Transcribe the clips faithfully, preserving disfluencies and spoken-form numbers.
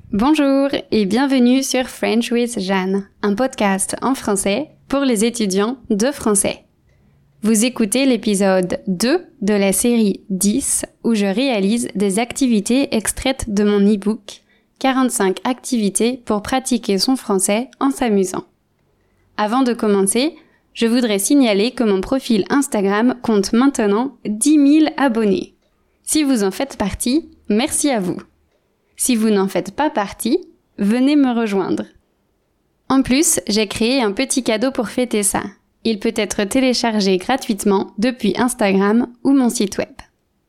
Bonjour et bienvenue sur French with Jeanne, un podcast en français pour les étudiants de français. Vous écoutez l'épisode deux de la série dix où je réalise des activités extraites de mon e-book quarante-cinq activités pour pratiquer son français en s'amusant. Avant de commencer, je voudrais signaler que mon profil Instagram compte maintenant dix mille abonnés. Si vous en faites partie, merci à vous. Si vous n'en faites pas partie, venez me rejoindre. En plus, j'ai créé un petit cadeau pour fêter ça. Il peut être téléchargé gratuitement depuis Instagram ou mon site web.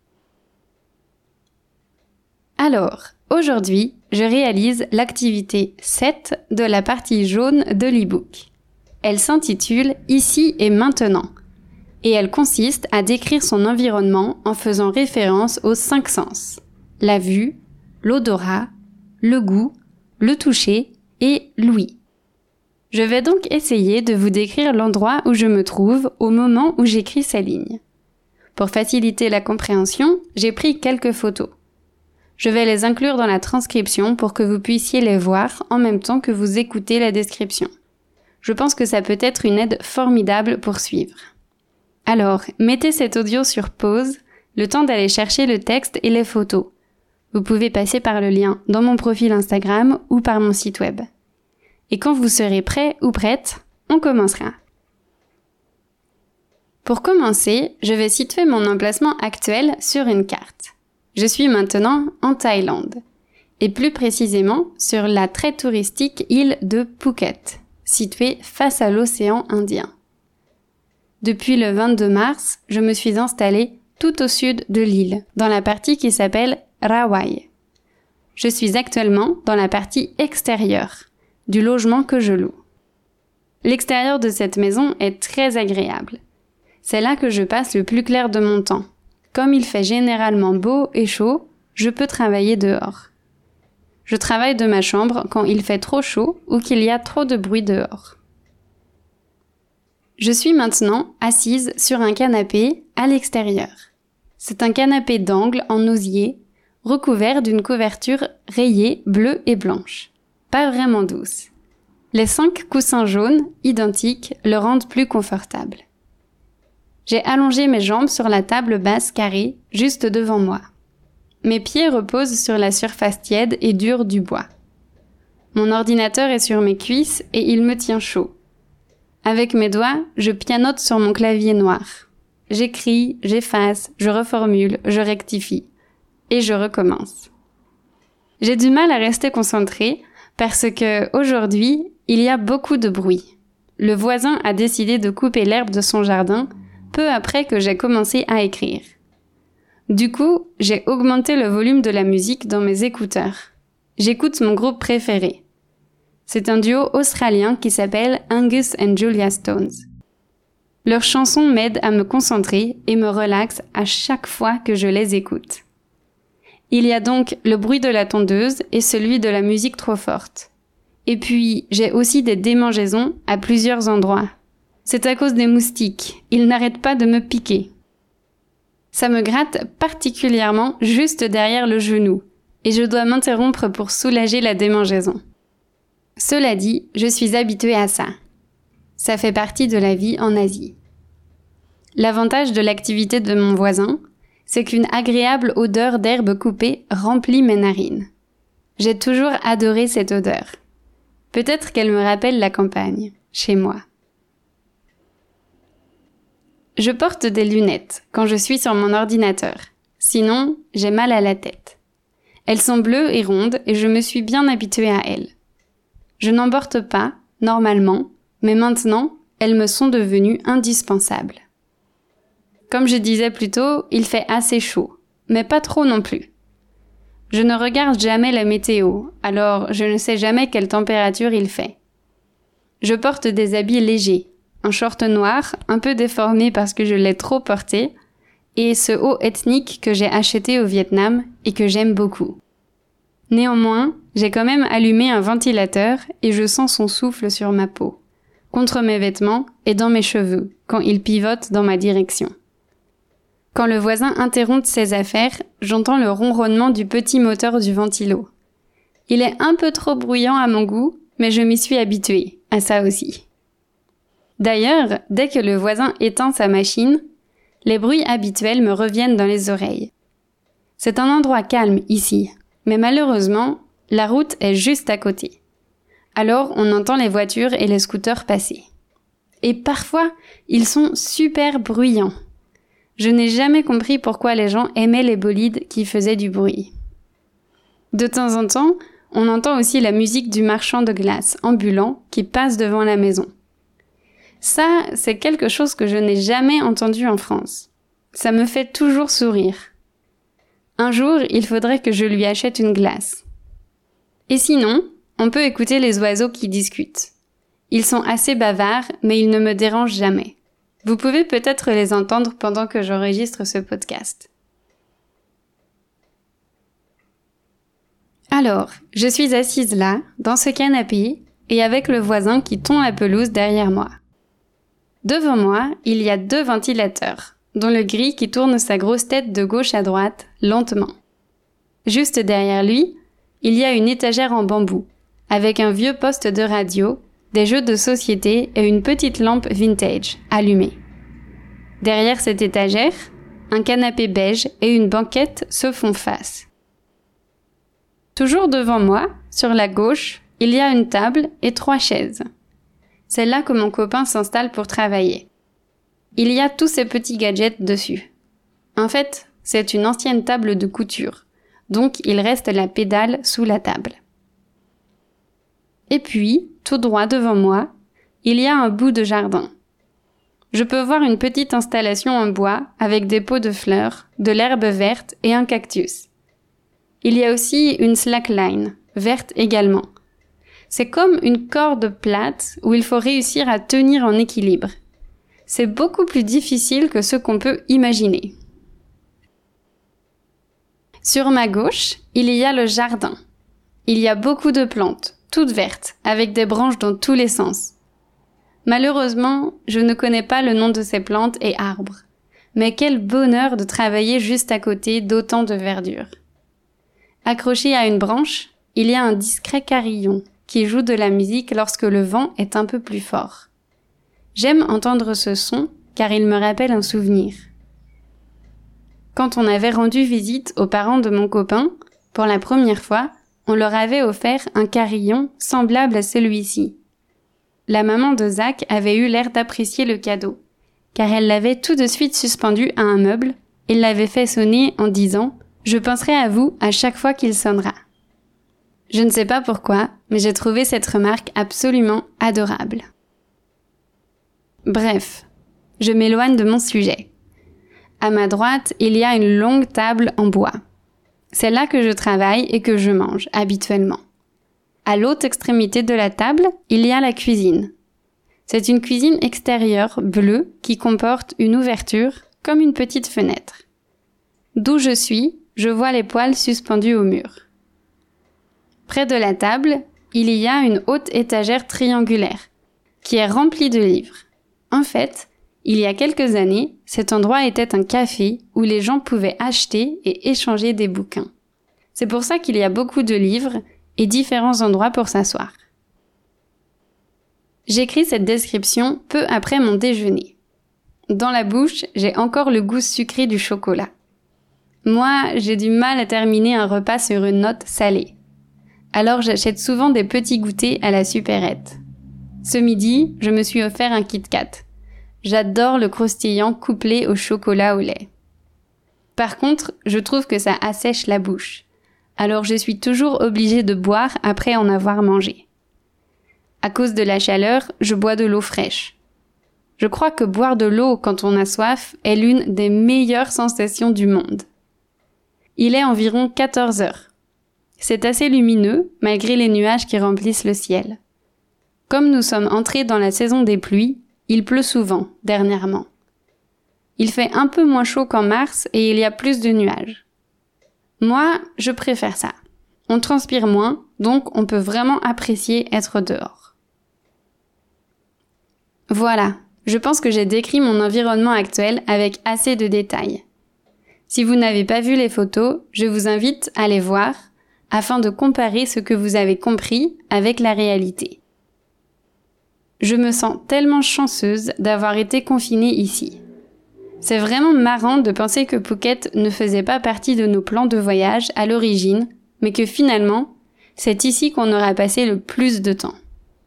Alors, aujourd'hui, je réalise l'activité sept de la partie jaune de l'e-book. Elle s'intitule « Ici et maintenant » et elle consiste à décrire son environnement en faisant référence aux cinq sens. La vue, l'odorat, le goût, le toucher et l'ouïe. Je vais donc essayer de vous décrire l'endroit où je me trouve au moment où j'écris ces lignes. Pour faciliter la compréhension, j'ai pris quelques photos. Je vais les inclure dans la transcription pour que vous puissiez les voir en même temps que vous écoutez la description. Je pense que ça peut être une aide formidable pour suivre. Alors, mettez cet audio sur pause, le temps d'aller chercher le texte et les photos. Vous pouvez passer par le lien dans mon profil Instagram ou par mon site web. Et quand vous serez prêt ou prête, on commencera. Pour commencer, je vais situer mon emplacement actuel sur une carte. Je suis maintenant en Thaïlande, et plus précisément sur la très touristique île de Phuket, située face à l'océan Indien. Depuis le vingt-deux mars, je me suis installée tout au sud de l'île, dans la partie qui s'appelle Rawai. Je suis actuellement dans la partie extérieure du logement que je loue. L'extérieur de cette maison est très agréable. C'est là que je passe le plus clair de mon temps. Comme il fait généralement beau et chaud, je peux travailler dehors. Je travaille de ma chambre quand il fait trop chaud ou qu'il y a trop de bruit dehors. Je suis maintenant assise sur un canapé à l'extérieur. C'est un canapé d'angle en osier, recouvert d'une couverture rayée bleue et blanche. Pas vraiment douce. Les cinq coussins jaunes, identiques, le rendent plus confortable. J'ai allongé mes jambes sur la table basse carrée, juste devant moi. Mes pieds reposent sur la surface tiède et dure du bois. Mon ordinateur est sur mes cuisses et il me tient chaud. Avec mes doigts, je pianote sur mon clavier noir. J'écris, j'efface, je reformule, je rectifie. Et je recommence. J'ai du mal à rester concentrée parce que, aujourd'hui, il y a beaucoup de bruit. Le voisin a décidé de couper l'herbe de son jardin peu après que j'ai commencé à écrire. Du coup, j'ai augmenté le volume de la musique dans mes écouteurs. J'écoute mon groupe préféré. C'est un duo australien qui s'appelle Angus and Julia Stones. Leurs chansons m'aident à me concentrer et me relaxent à chaque fois que je les écoute. Il y a donc le bruit de la tondeuse et celui de la musique trop forte. Et puis, j'ai aussi des démangeaisons à plusieurs endroits. C'est à cause des moustiques, ils n'arrêtent pas de me piquer. Ça me gratte particulièrement juste derrière le genou, et je dois m'interrompre pour soulager la démangeaison. Cela dit, je suis habituée à ça. Ça fait partie de la vie en Asie. L'avantage de l'activité de mon voisin, c'est qu'une agréable odeur d'herbe coupée remplit mes narines. J'ai toujours adoré cette odeur. Peut-être qu'elle me rappelle la campagne, chez moi. Je porte des lunettes quand je suis sur mon ordinateur. Sinon, j'ai mal à la tête. Elles sont bleues et rondes et je me suis bien habituée à elles. Je n'en porte pas, normalement, mais maintenant, elles me sont devenues indispensables. Comme je disais plus tôt, il fait assez chaud, mais pas trop non plus. Je ne regarde jamais la météo, alors je ne sais jamais quelle température il fait. Je porte des habits légers, un short noir, un peu déformé parce que je l'ai trop porté, et ce haut ethnique que j'ai acheté au Vietnam et que j'aime beaucoup. Néanmoins, j'ai quand même allumé un ventilateur et je sens son souffle sur ma peau, contre mes vêtements et dans mes cheveux, quand il pivote dans ma direction. Quand le voisin interrompt ses affaires, j'entends le ronronnement du petit moteur du ventilo. Il est un peu trop bruyant à mon goût, mais je m'y suis habituée à ça aussi. D'ailleurs, dès que le voisin éteint sa machine, les bruits habituels me reviennent dans les oreilles. C'est un endroit calme ici, mais malheureusement, la route est juste à côté. Alors on entend les voitures et les scooters passer. Et parfois, ils sont super bruyants. Je n'ai jamais compris pourquoi les gens aimaient les bolides qui faisaient du bruit. De temps en temps, on entend aussi la musique du marchand de glace ambulant qui passe devant la maison. Ça, c'est quelque chose que je n'ai jamais entendu en France. Ça me fait toujours sourire. Un jour, il faudrait que je lui achète une glace. Et sinon, on peut écouter les oiseaux qui discutent. Ils sont assez bavards, mais ils ne me dérangent jamais. Vous pouvez peut-être les entendre pendant que j'enregistre ce podcast. Alors, je suis assise là, dans ce canapé, et avec le voisin qui tond la pelouse derrière moi. Devant moi, il y a deux ventilateurs, dont le gris qui tourne sa grosse tête de gauche à droite, lentement. Juste derrière lui, il y a une étagère en bambou, avec un vieux poste de radio, des jeux de société et une petite lampe vintage, allumée. Derrière cette étagère, un canapé beige et une banquette se font face. Toujours devant moi, sur la gauche, il y a une table et trois chaises. C'est là que mon copain s'installe pour travailler. Il y a tous ces petits gadgets dessus. En fait, c'est une ancienne table de couture, donc il reste la pédale sous la table. Et puis, tout droit devant moi, il y a un bout de jardin. Je peux voir une petite installation en bois avec des pots de fleurs, de l'herbe verte et un cactus. Il y a aussi une slackline, verte également. C'est comme une corde plate où il faut réussir à tenir en équilibre. C'est beaucoup plus difficile que ce qu'on peut imaginer. Sur ma gauche, il y a le jardin. Il y a beaucoup de plantes, toutes vertes, avec des branches dans tous les sens. Malheureusement, je ne connais pas le nom de ces plantes et arbres. Mais quel bonheur de travailler juste à côté d'autant de verdure. Accroché à une branche, il y a un discret carillon qui joue de la musique lorsque le vent est un peu plus fort. J'aime entendre ce son car il me rappelle un souvenir. Quand on avait rendu visite aux parents de mon copain, pour la première fois, on leur avait offert un carillon semblable à celui-ci. La maman de Zach avait eu l'air d'apprécier le cadeau, car elle l'avait tout de suite suspendu à un meuble et l'avait fait sonner en disant « Je penserai à vous à chaque fois qu'il sonnera ». Je ne sais pas pourquoi, mais j'ai trouvé cette remarque absolument adorable. Bref, je m'éloigne de mon sujet. À ma droite, il y a une longue table en bois. C'est là que je travaille et que je mange, habituellement. À l'autre extrémité de la table, il y a la cuisine. C'est une cuisine extérieure bleue qui comporte une ouverture comme une petite fenêtre. D'où je suis, je vois les poêles suspendues au mur. Près de la table, il y a une haute étagère triangulaire qui est remplie de livres. En fait, il y a quelques années, cet endroit était un café où les gens pouvaient acheter et échanger des bouquins. C'est pour ça qu'il y a beaucoup de livres et différents endroits pour s'asseoir. J'écris cette description peu après mon déjeuner. Dans la bouche, j'ai encore le goût sucré du chocolat. Moi, j'ai du mal à terminer un repas sur une note salée. Alors j'achète souvent des petits goûters à la supérette. Ce midi, je me suis offert un Kit Kat. J'adore le croustillant couplé au chocolat au lait. Par contre, je trouve que ça assèche la bouche. Alors je suis toujours obligée de boire après en avoir mangé. À cause de la chaleur, je bois de l'eau fraîche. Je crois que boire de l'eau quand on a soif est l'une des meilleures sensations du monde. Il est environ quatorze heures. C'est assez lumineux, malgré les nuages qui remplissent le ciel. Comme nous sommes entrés dans la saison des pluies, il pleut souvent, dernièrement. Il fait un peu moins chaud qu'en mars et il y a plus de nuages. Moi, je préfère ça. On transpire moins, donc on peut vraiment apprécier être dehors. Voilà, je pense que j'ai décrit mon environnement actuel avec assez de détails. Si vous n'avez pas vu les photos, je vous invite à les voir, afin de comparer ce que vous avez compris avec la réalité. Je me sens tellement chanceuse d'avoir été confinée ici. C'est vraiment marrant de penser que Phuket ne faisait pas partie de nos plans de voyage à l'origine, mais que finalement, c'est ici qu'on aura passé le plus de temps.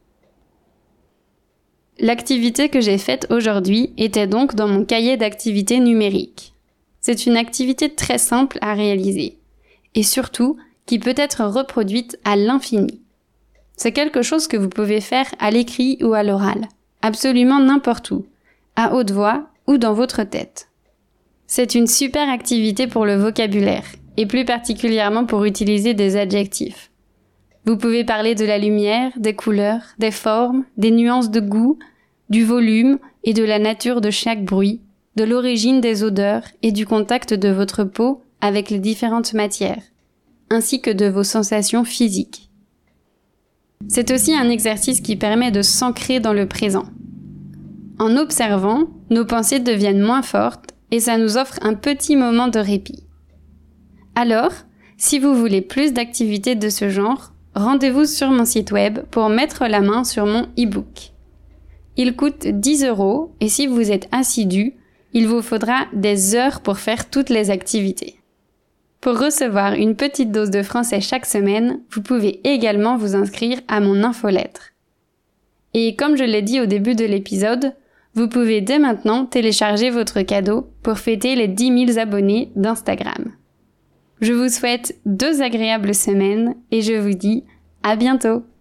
L'activité que j'ai faite aujourd'hui était donc dans mon cahier d'activités numériques. C'est une activité très simple à réaliser, et surtout qui peut être reproduite à l'infini. C'est quelque chose que vous pouvez faire à l'écrit ou à l'oral, absolument n'importe où, à haute voix ou dans votre tête. C'est une super activité pour le vocabulaire, et plus particulièrement pour utiliser des adjectifs. Vous pouvez parler de la lumière, des couleurs, des formes, des nuances de goût, du volume et de la nature de chaque bruit, de l'origine des odeurs et du contact de votre peau avec les différentes matières, ainsi que de vos sensations physiques. C'est aussi un exercice qui permet de s'ancrer dans le présent. En observant, nos pensées deviennent moins fortes et ça nous offre un petit moment de répit. Alors, si vous voulez plus d'activités de ce genre, rendez-vous sur mon site web pour mettre la main sur mon e-book. Il coûte dix euros et si vous êtes assidu, il vous faudra des heures pour faire toutes les activités. Pour recevoir une petite dose de français chaque semaine, vous pouvez également vous inscrire à mon infolettre. Et comme je l'ai dit au début de l'épisode, vous pouvez dès maintenant télécharger votre cadeau pour fêter les dix mille abonnés d'Instagram. Je vous souhaite deux agréables semaines et je vous dis à bientôt!